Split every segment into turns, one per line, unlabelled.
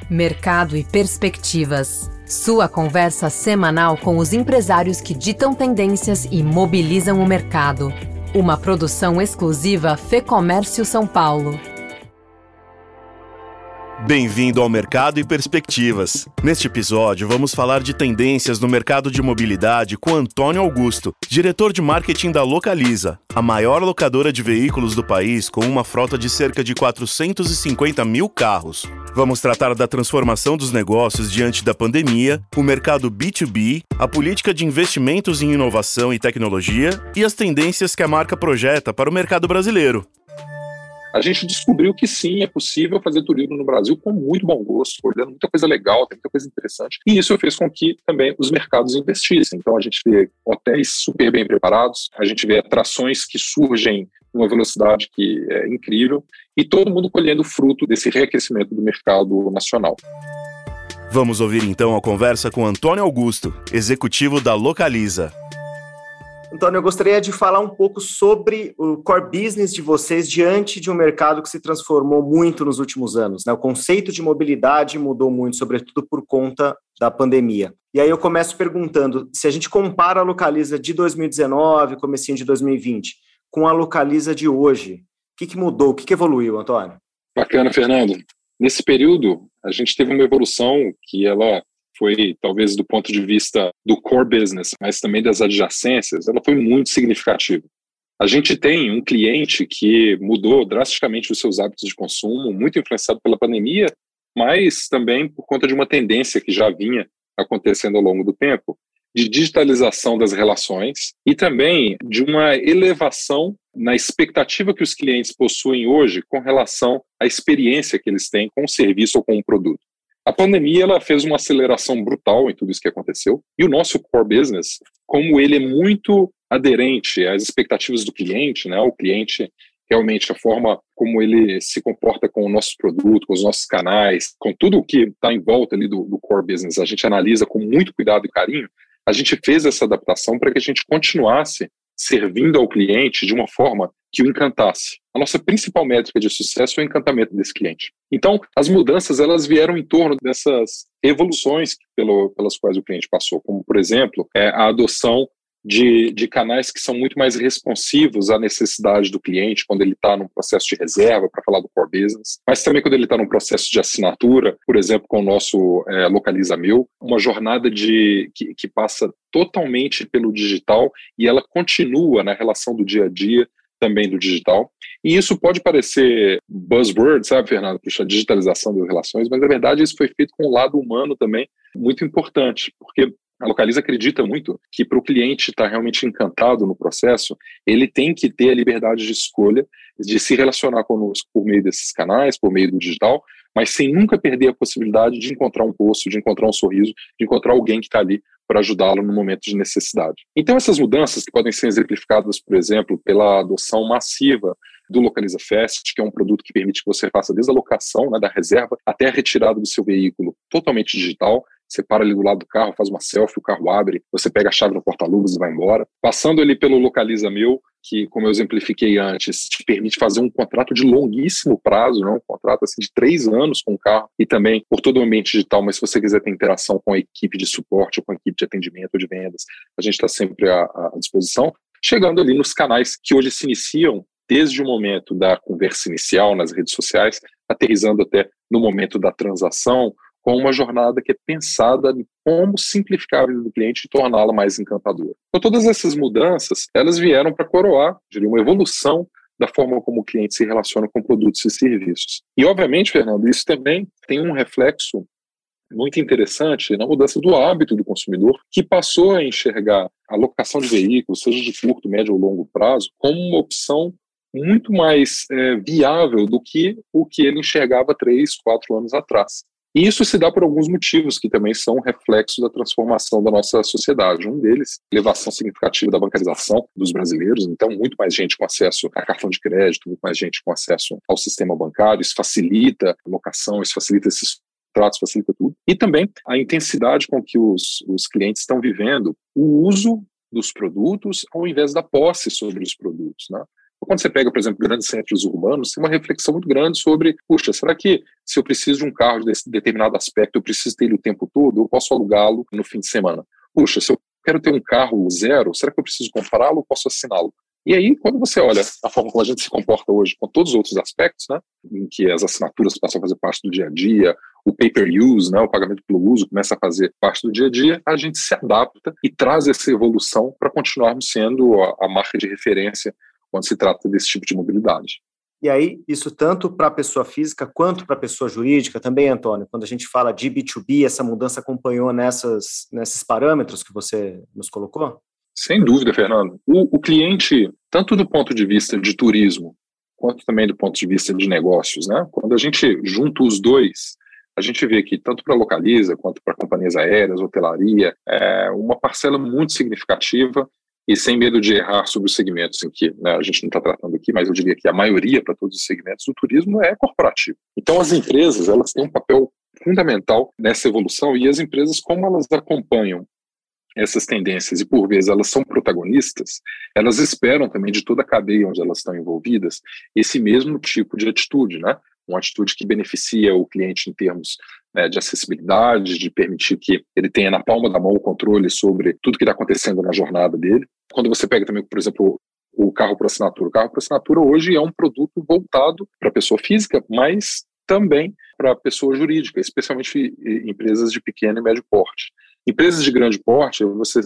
Mercado e Perspectivas. Sua conversa semanal com os empresários que ditam tendências e mobilizam o mercado. Uma produção exclusiva Fecomércio São Paulo.
Bem-vindo ao Mercado e Perspectivas. Neste episódio, vamos falar de tendências no mercado de mobilidade com Antônio Augusto, diretor de marketing da Localiza, a maior locadora de veículos do país com uma frota de cerca de 450 mil carros. Vamos tratar da transformação dos negócios diante da pandemia, o mercado B2B, a política de investimentos em inovação e tecnologia e as tendências que a marca projeta para o mercado brasileiro.
A gente descobriu que sim, é possível fazer turismo no Brasil com muito bom gosto, olhando muita coisa legal, tem muita coisa interessante. E isso fez com que também os mercados investissem. Então a gente vê hotéis super bem preparados, a gente vê atrações que surgem numa velocidade que é incrível e todo mundo colhendo fruto desse reaquecimento do mercado nacional.
Vamos ouvir então a conversa com Antônio Augusto, executivo da Localiza.
Antônio, eu gostaria de falar um pouco sobre o core business de vocês diante de um mercado que se transformou muito nos últimos anos, né? O conceito de mobilidade mudou muito, sobretudo por conta da pandemia. E aí eu começo perguntando, se a gente compara a Localiza de 2019, comecinho de 2020, com a Localiza de hoje, o que mudou, o que evoluiu, Antônio?
Bacana, Fernando. Nesse período, a gente teve uma evolução que ela foi, talvez do ponto de vista do core business, mas também das adjacências, ela foi muito significativa. A gente tem um cliente que mudou drasticamente os seus hábitos de consumo, muito influenciado pela pandemia, mas também por conta de uma tendência que já vinha acontecendo ao longo do tempo, de digitalização das relações e também de uma elevação na expectativa que os clientes possuem hoje com relação à experiência que eles têm com o serviço ou com o produto. A pandemia ela fez uma aceleração brutal em tudo isso que aconteceu e o nosso core business, como ele é muito aderente às expectativas do cliente, né? O cliente realmente a forma como ele se comporta com o nosso produto, com os nossos canais, com tudo o que está em volta ali do core business, a gente analisa com muito cuidado e carinho. A gente fez essa adaptação para que a gente continuasse servindo ao cliente de uma forma que o encantasse. A nossa principal métrica de sucesso é o encantamento desse cliente. Então, as mudanças elas vieram em torno dessas evoluções pelas quais o cliente passou, como, por exemplo, a adoção de canais que são muito mais responsivos à necessidade do cliente quando ele está num processo de reserva, para falar do core business, mas também quando ele está num processo de assinatura, por exemplo, com o nosso Localiza Mil, uma jornada que passa totalmente pelo digital e ela continua na relação do dia a dia também do digital. E isso pode parecer buzzword, sabe, Fernando? Puxa, a digitalização das relações, mas na verdade isso foi feito com um lado humano também muito importante, porque a Localiza acredita muito que para o cliente estar realmente encantado no processo, ele tem que ter a liberdade de escolha de se relacionar conosco por meio desses canais, por meio do digital, mas sem nunca perder a possibilidade de encontrar um rosto, de encontrar um sorriso, de encontrar alguém que está ali para ajudá-lo no momento de necessidade. Então essas mudanças que podem ser exemplificadas, por exemplo, pela adoção massiva do Localiza Fast, que é um produto que permite que você faça desde a locação, né, da reserva até a retirada do seu veículo totalmente digital. Você para ali do lado do carro, faz uma selfie, o carro abre, você pega a chave no porta-luvas e vai embora. Passando ali pelo Localiza Mil, que, como eu exemplifiquei antes, te permite fazer um contrato de longuíssimo prazo, né? Um contrato assim, de 3 anos com o carro e também por todo o ambiente digital, mas se você quiser ter interação com a equipe de suporte ou com a equipe de atendimento ou de vendas, a gente está sempre à disposição. Chegando ali nos canais que hoje se iniciam desde o momento da conversa inicial nas redes sociais, aterrissando até no momento da transação, com uma jornada que é pensada em como simplificar a vida do cliente e torná-la mais encantadora. Então, todas essas mudanças, elas vieram para coroar, diria, uma evolução da forma como o cliente se relaciona com produtos e serviços. E, obviamente, Fernando, isso também tem um reflexo muito interessante na mudança do hábito do consumidor, que passou a enxergar a locação de veículos, seja de curto, médio ou longo prazo, como uma opção muito mais viável do que o que ele enxergava 3, 4 anos atrás. E isso se dá por alguns motivos que também são reflexos da transformação da nossa sociedade. Um deles, elevação significativa da bancarização dos brasileiros, então muito mais gente com acesso a cartão de crédito, muito mais gente com acesso ao sistema bancário, isso facilita a locação, isso facilita esses contratos, facilita tudo. E também a intensidade com que os clientes estão vivendo o uso dos produtos ao invés da posse sobre os produtos, né? Quando você pega, por exemplo, grandes centros urbanos, tem uma reflexão muito grande sobre, puxa, será que se eu preciso de um carro desse determinado aspecto, eu preciso ter ele o tempo todo, eu posso alugá-lo no fim de semana? Puxa, se eu quero ter um carro zero, será que eu preciso comprá-lo ou posso assiná-lo? E aí, quando você olha a forma como a gente se comporta hoje com todos os outros aspectos, né, em que as assinaturas passam a fazer parte do dia a dia, o pay-per-use, né, o pagamento pelo uso, começa a fazer parte do dia a dia, a gente se adapta e traz essa evolução para continuarmos sendo a marca de referência quando se trata desse tipo de mobilidade.
E aí, isso tanto para a pessoa física quanto para a pessoa jurídica também, Antônio, quando a gente fala de B2B, essa mudança acompanhou nesses parâmetros que você nos colocou?
Sem dúvida, Fernando. O cliente, tanto do ponto de vista de turismo, quanto também do ponto de vista de negócios, né? Quando a gente junta os dois, a gente vê que tanto para a Localiza, quanto para companhias aéreas, hotelaria, uma parcela muito significativa e sem medo de errar sobre os segmentos em que, né, a gente não está tratando aqui, mas eu diria que a maioria para todos os segmentos do turismo é corporativo. Então, as empresas, elas têm um papel fundamental nessa evolução e as empresas, como elas acompanham essas tendências e, por vezes, elas são protagonistas, elas esperam também de toda a cadeia onde elas estão envolvidas esse mesmo tipo de atitude, né? Uma atitude que beneficia o cliente em termos, né, de acessibilidade, de permitir que ele tenha na palma da mão o controle sobre tudo que está acontecendo na jornada dele. Quando você pega também, por exemplo, o carro por assinatura. O carro por assinatura hoje é um produto voltado para a pessoa física, mas também para a pessoa jurídica, especialmente empresas de pequeno e médio porte. Empresas de grande porte,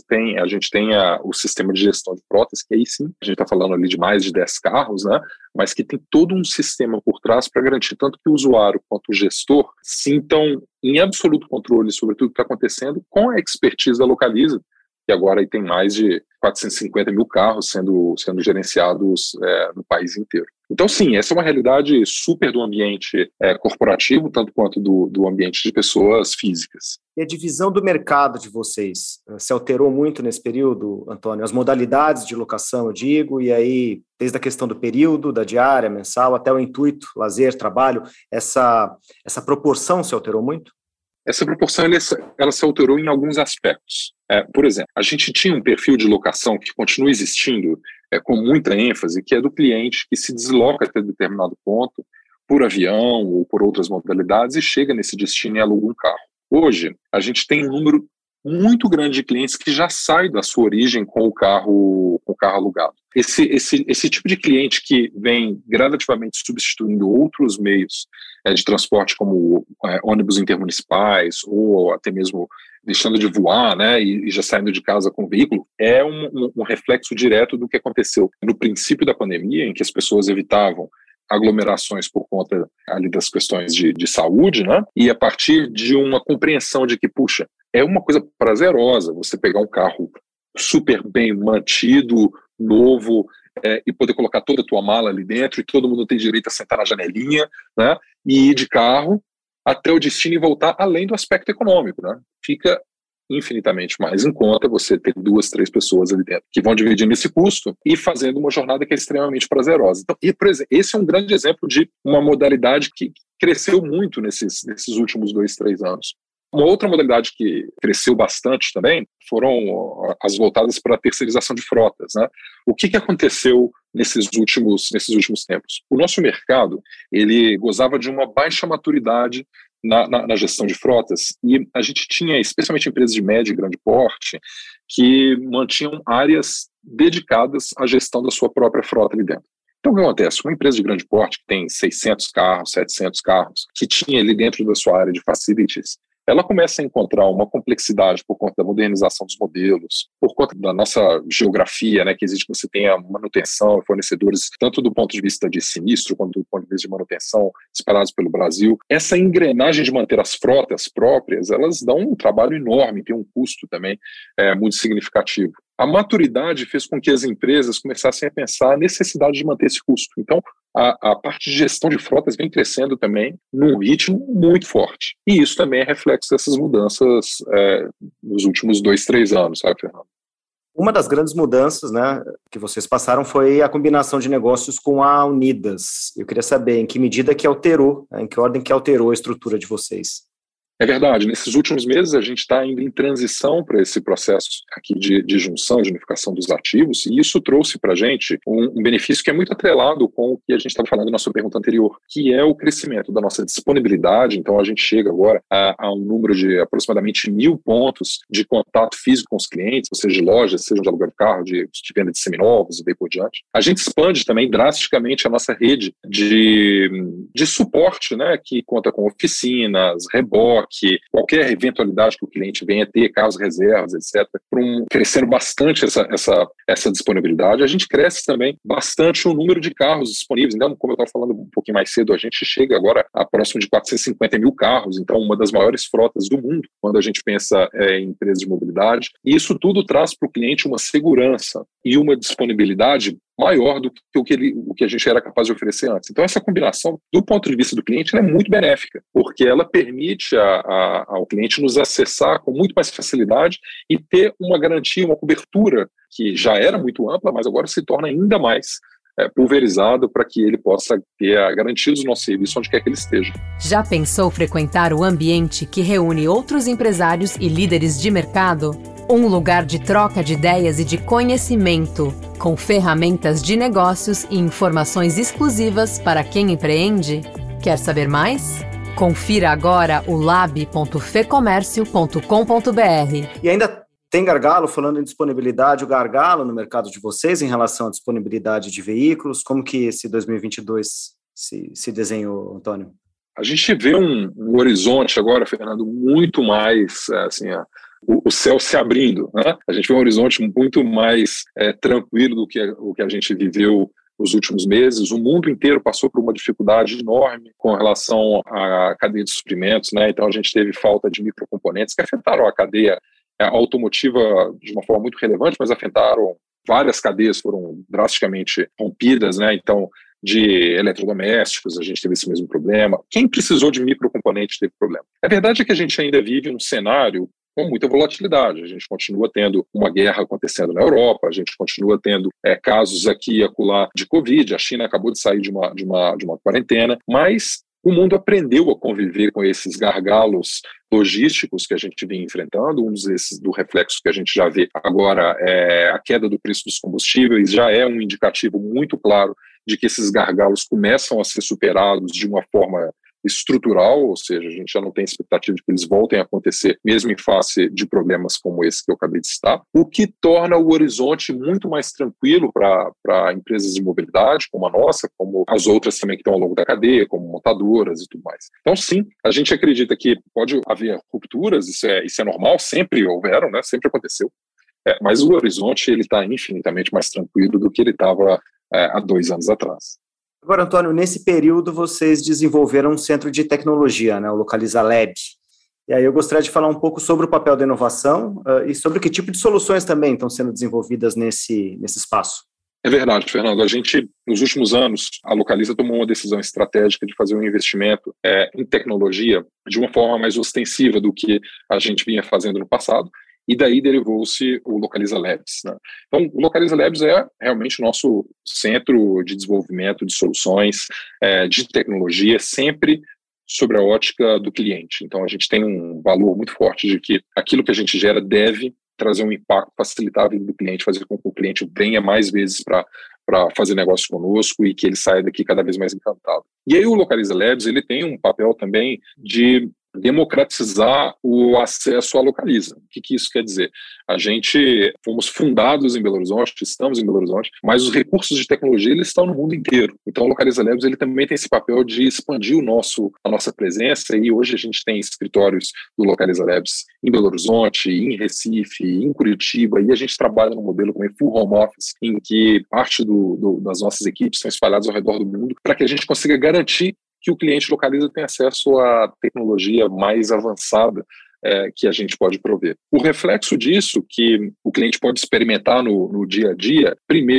a gente tem o sistema de gestão de frotas, que aí sim, a gente está falando ali de mais de 10 carros, né? Mas que tem todo um sistema por trás para garantir tanto que o usuário quanto o gestor sintam em absoluto controle sobre tudo que está acontecendo com a expertise da Localiza, que agora aí tem mais de 450 mil carros sendo gerenciados no país inteiro. Então, sim, essa é uma realidade super do ambiente corporativo, tanto quanto do ambiente de pessoas físicas.
E a divisão do mercado de vocês se alterou muito nesse período, Antônio? As modalidades de locação, eu digo, e aí, desde a questão do período, da diária, mensal, até o intuito, lazer, trabalho, essa proporção se alterou muito?
Essa proporção ela se alterou em alguns aspectos. Por exemplo, a gente tinha um perfil de locação que continua existindo com muita ênfase, que é do cliente que se desloca até determinado ponto por avião ou por outras modalidades e chega nesse destino e aluga um carro. Hoje, a gente tem um número muito grande de clientes que já sai da sua origem com o carro alugado. Esse tipo de cliente que vem gradativamente substituindo outros meios de transporte, como ônibus intermunicipais, ou até mesmo deixando de voar, né, e já saindo de casa com o veículo, é um reflexo direto do que aconteceu no princípio da pandemia, em que as pessoas evitavam aglomerações por conta ali das questões de saúde, né, e a partir de uma compreensão de que, puxa, é uma coisa prazerosa você pegar um carro super bem mantido, novo, e poder colocar toda a tua mala ali dentro e todo mundo tem direito a sentar na janelinha, né, e ir de carro até o destino e voltar, além do aspecto econômico, né? Fica infinitamente mais em conta você ter 2, 3 pessoas ali dentro que vão dividindo esse custo e fazendo uma jornada que é extremamente prazerosa. Então, por exemplo, esse é um grande exemplo de uma modalidade que cresceu muito nesses últimos 2, 3 anos. Uma outra modalidade que cresceu bastante também foram as voltadas para a terceirização de frotas, né? O que aconteceu nesses últimos tempos? O nosso mercado, ele gozava de uma baixa maturidade na gestão de frotas e a gente tinha, especialmente empresas de médio e grande porte, que mantinham áreas dedicadas à gestão da sua própria frota ali dentro. Então, o que acontece? Uma empresa de grande porte que tem 600 carros, 700 carros, que tinha ali dentro da sua área de facilities, ela começa a encontrar uma complexidade por conta da modernização dos modelos, por conta da nossa geografia, né, que existe que você tenha manutenção e fornecedores, tanto do ponto de vista de sinistro, quanto do ponto de vista de manutenção, espalhados pelo Brasil. Essa engrenagem de manter as frotas próprias, elas dão um trabalho enorme, tem um custo também muito significativo. A maturidade fez com que as empresas começassem a pensar a necessidade de manter esse custo. Então, a parte de gestão de frotas vem crescendo também num ritmo muito forte. E isso também é reflexo dessas mudanças nos últimos 2, 3 anos, sabe, Fernando?
Uma das grandes mudanças, né, que vocês passaram foi a combinação de negócios com a Unidas. Eu queria saber em que medida que alterou, em que ordem que alterou a estrutura de vocês.
É verdade, nesses últimos meses a gente está indo em transição para esse processo aqui de junção, de unificação dos ativos, e isso trouxe para a gente um benefício que é muito atrelado com o que a gente estava falando na sua pergunta anterior, que é o crescimento da nossa disponibilidade. Então a gente chega agora a um número de aproximadamente 1.000 pontos de contato físico com os clientes, ou seja, de lojas, seja de aluguel de carro, de venda de seminovos e daí por diante. A gente expande também drasticamente a nossa rede de suporte, né, que conta com oficinas, reboque, qualquer eventualidade que o cliente venha ter, carros reservas, etc., crescendo bastante essa disponibilidade. A gente cresce também bastante o número de carros disponíveis. Então, como eu estava falando um pouquinho mais cedo, a gente chega agora a próximo de 450 mil carros, então uma das maiores frotas do mundo, quando a gente pensa em empresas de mobilidade. E isso tudo traz para o cliente uma segurança e uma disponibilidade maior do que o que a gente era capaz de oferecer antes. Então, essa combinação, do ponto de vista do cliente, ela é muito benéfica, porque ela permite ao cliente nos acessar com muito mais facilidade e ter uma garantia, uma cobertura que já era muito ampla, mas agora se torna ainda mais pulverizado para que ele possa ter a garantia do nosso serviço onde quer que ele esteja.
Já pensou frequentar o ambiente que reúne outros empresários e líderes de mercado? Um lugar de troca de ideias e de conhecimento, com ferramentas de negócios e informações exclusivas para quem empreende? Quer saber mais? Confira agora o lab.fecomércio.com.br.
E ainda tem gargalo, falando em disponibilidade, o gargalo no mercado de vocês em relação à disponibilidade de veículos? Como que esse 2022 se desenhou, Antônio?
A gente vê um horizonte agora, Fernando, muito mais o céu se abrindo, né? A gente vê um horizonte muito mais tranquilo do que o que a gente viveu nos últimos meses. O mundo inteiro passou por uma dificuldade enorme com relação à cadeia de suprimentos, né? Então a gente teve falta de microcomponentes que afetaram a cadeia automotiva de uma forma muito relevante, mas afetaram várias cadeias, foram drasticamente rompidas, né? Então, de eletrodomésticos, a gente teve esse mesmo problema. Quem precisou de microcomponentes teve problema. A verdade é que a gente ainda vive um cenário com muita volatilidade. A gente continua tendo uma guerra acontecendo na Europa, a gente continua tendo casos aqui e acolá de Covid, a China acabou de sair de uma quarentena, mas o mundo aprendeu a conviver com esses gargalos logísticos que a gente vem enfrentando. Um desses, do reflexo que a gente já vê agora, é a queda do preço dos combustíveis, já é um indicativo muito claro de que esses gargalos começam a ser superados de uma forma estrutural, ou seja, a gente já não tem expectativa de que eles voltem a acontecer, mesmo em face de problemas como esse que eu acabei de citar, o que torna o horizonte muito mais tranquilo para empresas de mobilidade, como a nossa, como as outras também que estão ao longo da cadeia, como montadoras e tudo mais. Então, sim, a gente acredita que pode haver rupturas, isso é normal, sempre houveram, né? Sempre aconteceu, mas o horizonte está infinitamente mais tranquilo do que ele estava há 2 anos atrás.
Agora, Antônio, nesse período vocês desenvolveram um centro de tecnologia, né, o Localiza Lab. E aí eu gostaria de falar um pouco sobre o papel da inovação e sobre que tipo de soluções também estão sendo desenvolvidas nesse espaço.
É verdade, Fernando. A gente, nos últimos anos, a Localiza tomou uma decisão estratégica de fazer um investimento em tecnologia de uma forma mais ostensiva do que a gente vinha fazendo no passado. E daí derivou-se o Localiza Labs, né? Então, o Localiza Labs é realmente o nosso centro de desenvolvimento de soluções, de tecnologia, sempre sobre a ótica do cliente. Então, a gente tem um valor muito forte de que aquilo que a gente gera deve trazer um impacto, facilitar a vida do cliente, fazer com que o cliente venha mais vezes para fazer negócio conosco e que ele saia daqui cada vez mais encantado. E aí o Localiza Labs, ele tem um papel também de democratizar o acesso à Localiza. O que isso quer dizer? A gente fomos fundados em Belo Horizonte, estamos em Belo Horizonte, mas os recursos de tecnologia eles estão no mundo inteiro. Então, o Localiza Labs ele também tem esse papel de expandir a nossa presença, e hoje a gente tem escritórios do Localiza Labs em Belo Horizonte, em Recife, em Curitiba, e a gente trabalha no modelo como full home office, em que parte das nossas equipes são espalhadas ao redor do mundo, para que a gente consiga garantir que o cliente Localiza tem acesso à tecnologia mais avançada que a gente pode prover. O reflexo disso, que o cliente pode experimentar no dia a dia, primeiro,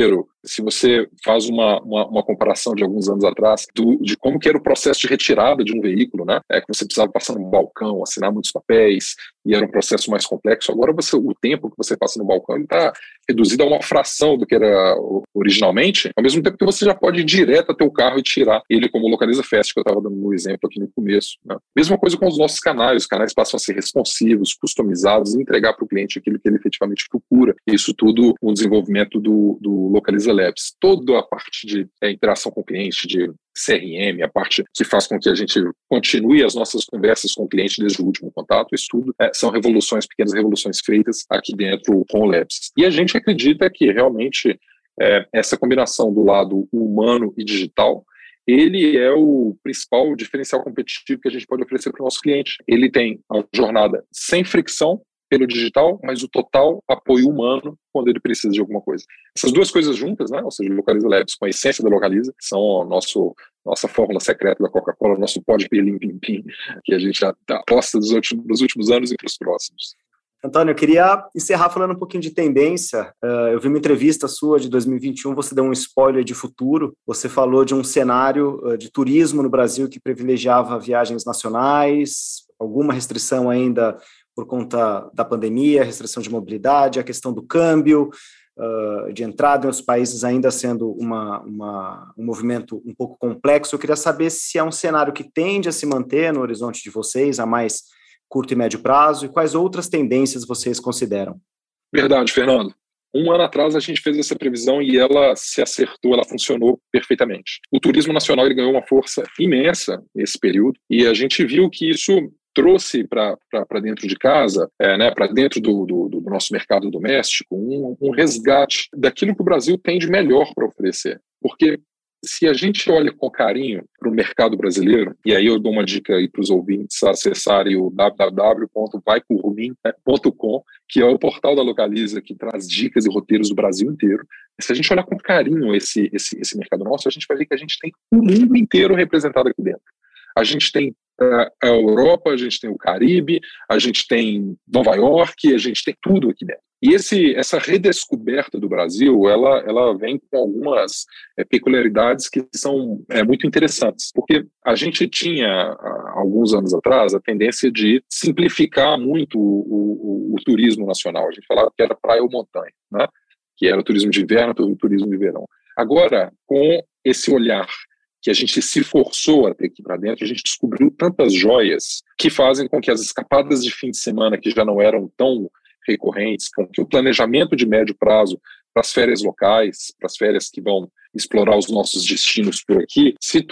Se você faz uma comparação de alguns anos atrás de como que era o processo de retirada de um veículo, né? Que você precisava passar no balcão, assinar muitos papéis, e era um processo mais complexo. Agora o tempo que você passa no balcão está reduzido a uma fração do que era originalmente, ao mesmo tempo que você já pode ir direto até o carro e tirar ele, como o Localiza Fast, que eu estava dando um exemplo aqui no começo, né? Mesma coisa com os nossos canais. Os canais passam a ser responsivos, customizados, e entregar para o cliente aquilo que ele efetivamente procura. Isso tudo um desenvolvimento do Localiza Labs. Toda a parte de interação com o cliente, de CRM, a parte que faz com que a gente continue as nossas conversas com o cliente desde o último contato, isso tudo são pequenas revoluções feitas aqui dentro com o Labs. E a gente acredita que realmente essa combinação do lado humano e digital, ele é o principal diferencial competitivo que a gente pode oferecer para o nosso cliente. Ele tem a jornada sem fricção pelo digital, mas o total apoio humano quando ele precisa de alguma coisa. Essas duas coisas juntas, né, ou seja, o Localiza Labs com a essência da Localiza, são nossa fórmula secreta da Coca-Cola, nosso pode pelim pim pim, que a gente já aposta nos últimos anos e para os próximos.
Antônio, eu queria encerrar falando um pouquinho de tendência. Eu vi uma entrevista sua de 2021, você deu um spoiler de futuro. Você falou de um cenário de turismo no Brasil que privilegiava viagens nacionais, alguma restrição ainda por conta da pandemia, restrição de mobilidade, a questão do câmbio, de entrada em outros países ainda sendo um movimento um pouco complexo. Eu queria saber se é um cenário que tende a se manter no horizonte de vocês, a mais curto e médio prazo, e quais outras tendências vocês consideram?
Verdade, Fernando. Um ano atrás a gente fez essa previsão e ela se acertou, ela funcionou perfeitamente. O turismo nacional ele ganhou uma força imensa nesse período e a gente viu que isso trouxe para dentro de casa, para dentro do nosso mercado doméstico, um resgate daquilo que o Brasil tem de melhor para oferecer. Porque se a gente olha com carinho para o mercado brasileiro, e aí eu dou uma dica aí para os ouvintes acessarem o www.vaipurmim.com, que é o portal da Localiza, que traz dicas e roteiros do Brasil inteiro. Se a gente olhar com carinho esse mercado nosso, a gente vai ver que a gente tem o mundo inteiro representado aqui dentro. A gente tem a Europa, a gente tem o Caribe, a gente tem Nova York, a gente tem tudo aqui dentro. E essa redescoberta do Brasil, ela vem com algumas peculiaridades que são muito interessantes, porque a gente tinha, alguns anos atrás, a tendência de simplificar muito o turismo nacional. A gente falava que era praia ou montanha, né? Que era o turismo de inverno, o turismo de verão. Agora, com esse olhar que a gente se forçou a ter aqui para dentro, a gente descobriu tantas joias que fazem com que as escapadas de fim de semana, que já não eram tão recorrentes, com que o planejamento de médio prazo para as férias locais, para as férias que vão explorar os nossos destinos por aqui,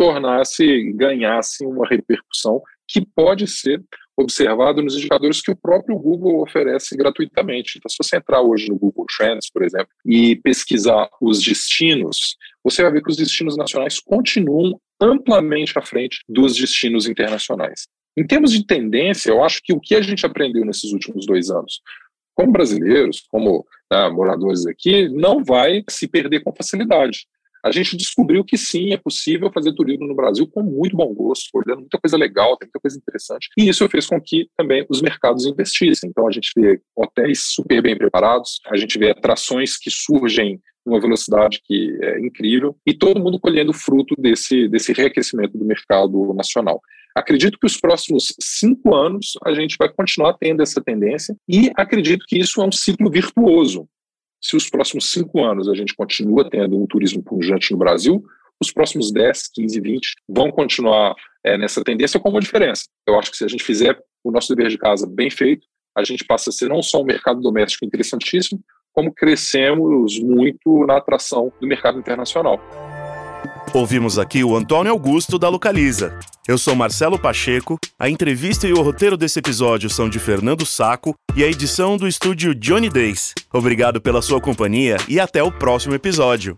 ganhasse uma repercussão que pode ser observado nos indicadores que o próprio Google oferece gratuitamente. Então, se você entrar hoje no Google Trends, por exemplo, e pesquisar os destinos, você vai ver que os destinos nacionais continuam amplamente à frente dos destinos internacionais. Em termos de tendência, eu acho que o que a gente aprendeu nesses últimos 2 anos, como brasileiros, como moradores aqui, não vai se perder com facilidade. A gente descobriu que sim, é possível fazer turismo no Brasil com muito bom gosto, olhando muita coisa legal, tem muita coisa interessante. E isso fez com que também os mercados investissem. Então a gente vê hotéis super bem preparados, a gente vê atrações que surgem numa velocidade que é incrível e todo mundo colhendo fruto desse reaquecimento do mercado nacional. Acredito que os próximos 5 anos a gente vai continuar tendo essa tendência e acredito que isso é um ciclo virtuoso. Se os próximos 5 anos a gente continua tendo um turismo pujante no Brasil, os próximos 10, 15, 20 vão continuar nessa tendência com uma diferença. Eu acho que se a gente fizer o nosso dever de casa bem feito, a gente passa a ser não só um mercado doméstico interessantíssimo, como crescemos muito na atração do mercado internacional.
Ouvimos aqui o Antônio Augusto da Localiza. Eu sou Marcelo Pacheco, a entrevista e o roteiro desse episódio são de Fernando Saco e a edição do estúdio Johnny Days. Obrigado pela sua companhia e até o próximo episódio.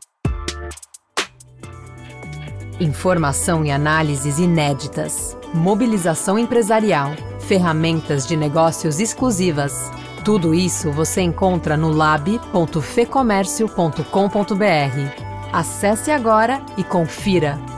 Informação e análises inéditas, mobilização empresarial, ferramentas de negócios exclusivas. Tudo isso você encontra no lab.fecomércio.com.br. Acesse agora e confira!